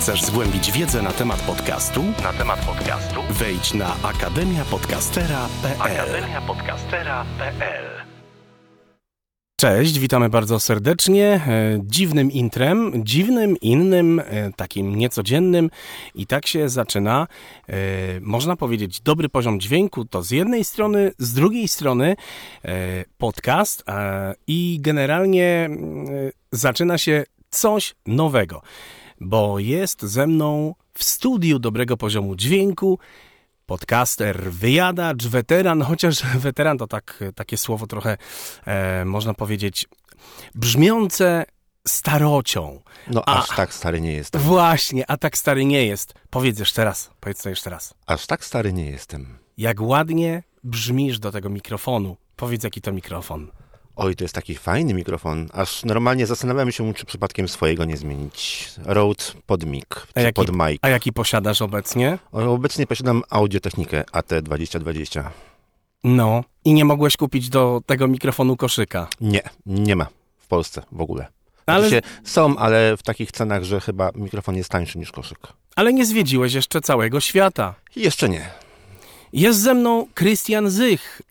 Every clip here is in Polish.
Chcesz zgłębić wiedzę na temat podcastu? Wejdź na akademiapodcastera.pl. Cześć, witamy bardzo serdecznie. Dziwnym intrem, dziwnym, innym, takim niecodziennym i tak się zaczyna, można powiedzieć, dobry poziom dźwięku, to z jednej strony, z drugiej strony podcast i generalnie zaczyna się coś nowego, bo jest ze mną w studiu dobrego poziomu dźwięku podcaster, wyjadacz, weteran, chociaż weteran to takie słowo trochę, można powiedzieć, brzmiące starocią. No aż tak stary nie jestem. Właśnie, a tak stary nie jest. Powiedz to jeszcze raz. Aż tak stary nie jestem. Jak ładnie brzmisz do tego mikrofonu. Powiedz, jaki to mikrofon. Oj, to jest taki fajny mikrofon. Aż normalnie zastanawiam się, czy przypadkiem swojego nie zmienić. Rode PodMic, czy PodMic. A jaki posiadasz obecnie? Obecnie posiadam Audio-Technikę AT2020. No, i nie mogłeś kupić do tego mikrofonu koszyka? Nie ma w Polsce w ogóle. Ale... Są, ale w takich cenach, że chyba mikrofon jest tańszy niż koszyk. Ale nie zwiedziłeś jeszcze całego świata. Jeszcze nie. Jest ze mną Krystian Zych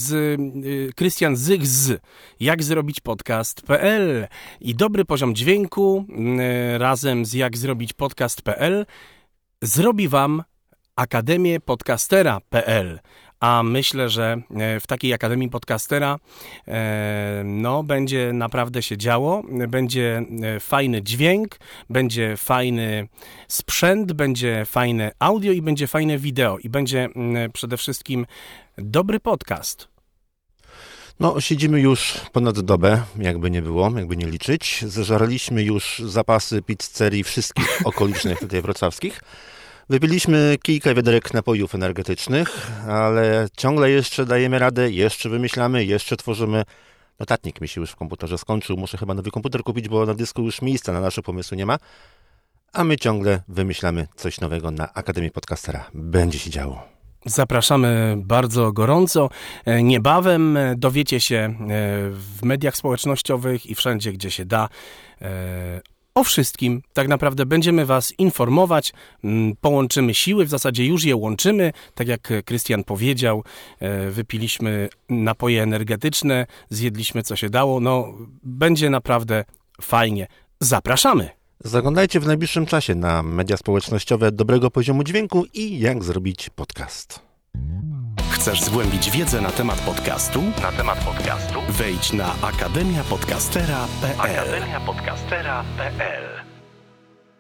z jakzrobićpodcast.pl i dobry poziom dźwięku razem z jakzrobićpodcast.pl zrobi wam Akademię Podcastera.pl. A myślę, że w takiej Akademii Podcastera będzie naprawdę się działo, będzie fajny dźwięk, będzie fajny sprzęt, będzie fajne audio i będzie fajne wideo i będzie przede wszystkim dobry podcast. No, siedzimy już ponad dobę, jakby nie było, jakby nie liczyć. Zeżarliśmy już zapasy pizzerii wszystkich okolicznych tutaj wrocławskich. Wypiliśmy kilka wiaderek napojów energetycznych, ale ciągle jeszcze dajemy radę, jeszcze wymyślamy, jeszcze tworzymy. Notatnik mi się już w komputerze skończył, muszę chyba nowy komputer kupić, bo na dysku już miejsca na nasze pomysły nie ma. A my ciągle wymyślamy coś nowego na Akademii Podcastera. Będzie się działo. Zapraszamy bardzo gorąco. Niebawem dowiecie się w mediach społecznościowych i wszędzie, gdzie się da, o wszystkim. Tak naprawdę będziemy was informować, połączymy siły, w zasadzie już je łączymy, tak jak Krystian powiedział, wypiliśmy napoje energetyczne, zjedliśmy co się dało, no będzie naprawdę fajnie. Zapraszamy! Zaglądajcie w najbliższym czasie na media społecznościowe dobrego poziomu dźwięku i jak zrobić podcast. Chcesz zgłębić wiedzę na temat podcastu? Wejdź na akademiapodcastera.pl.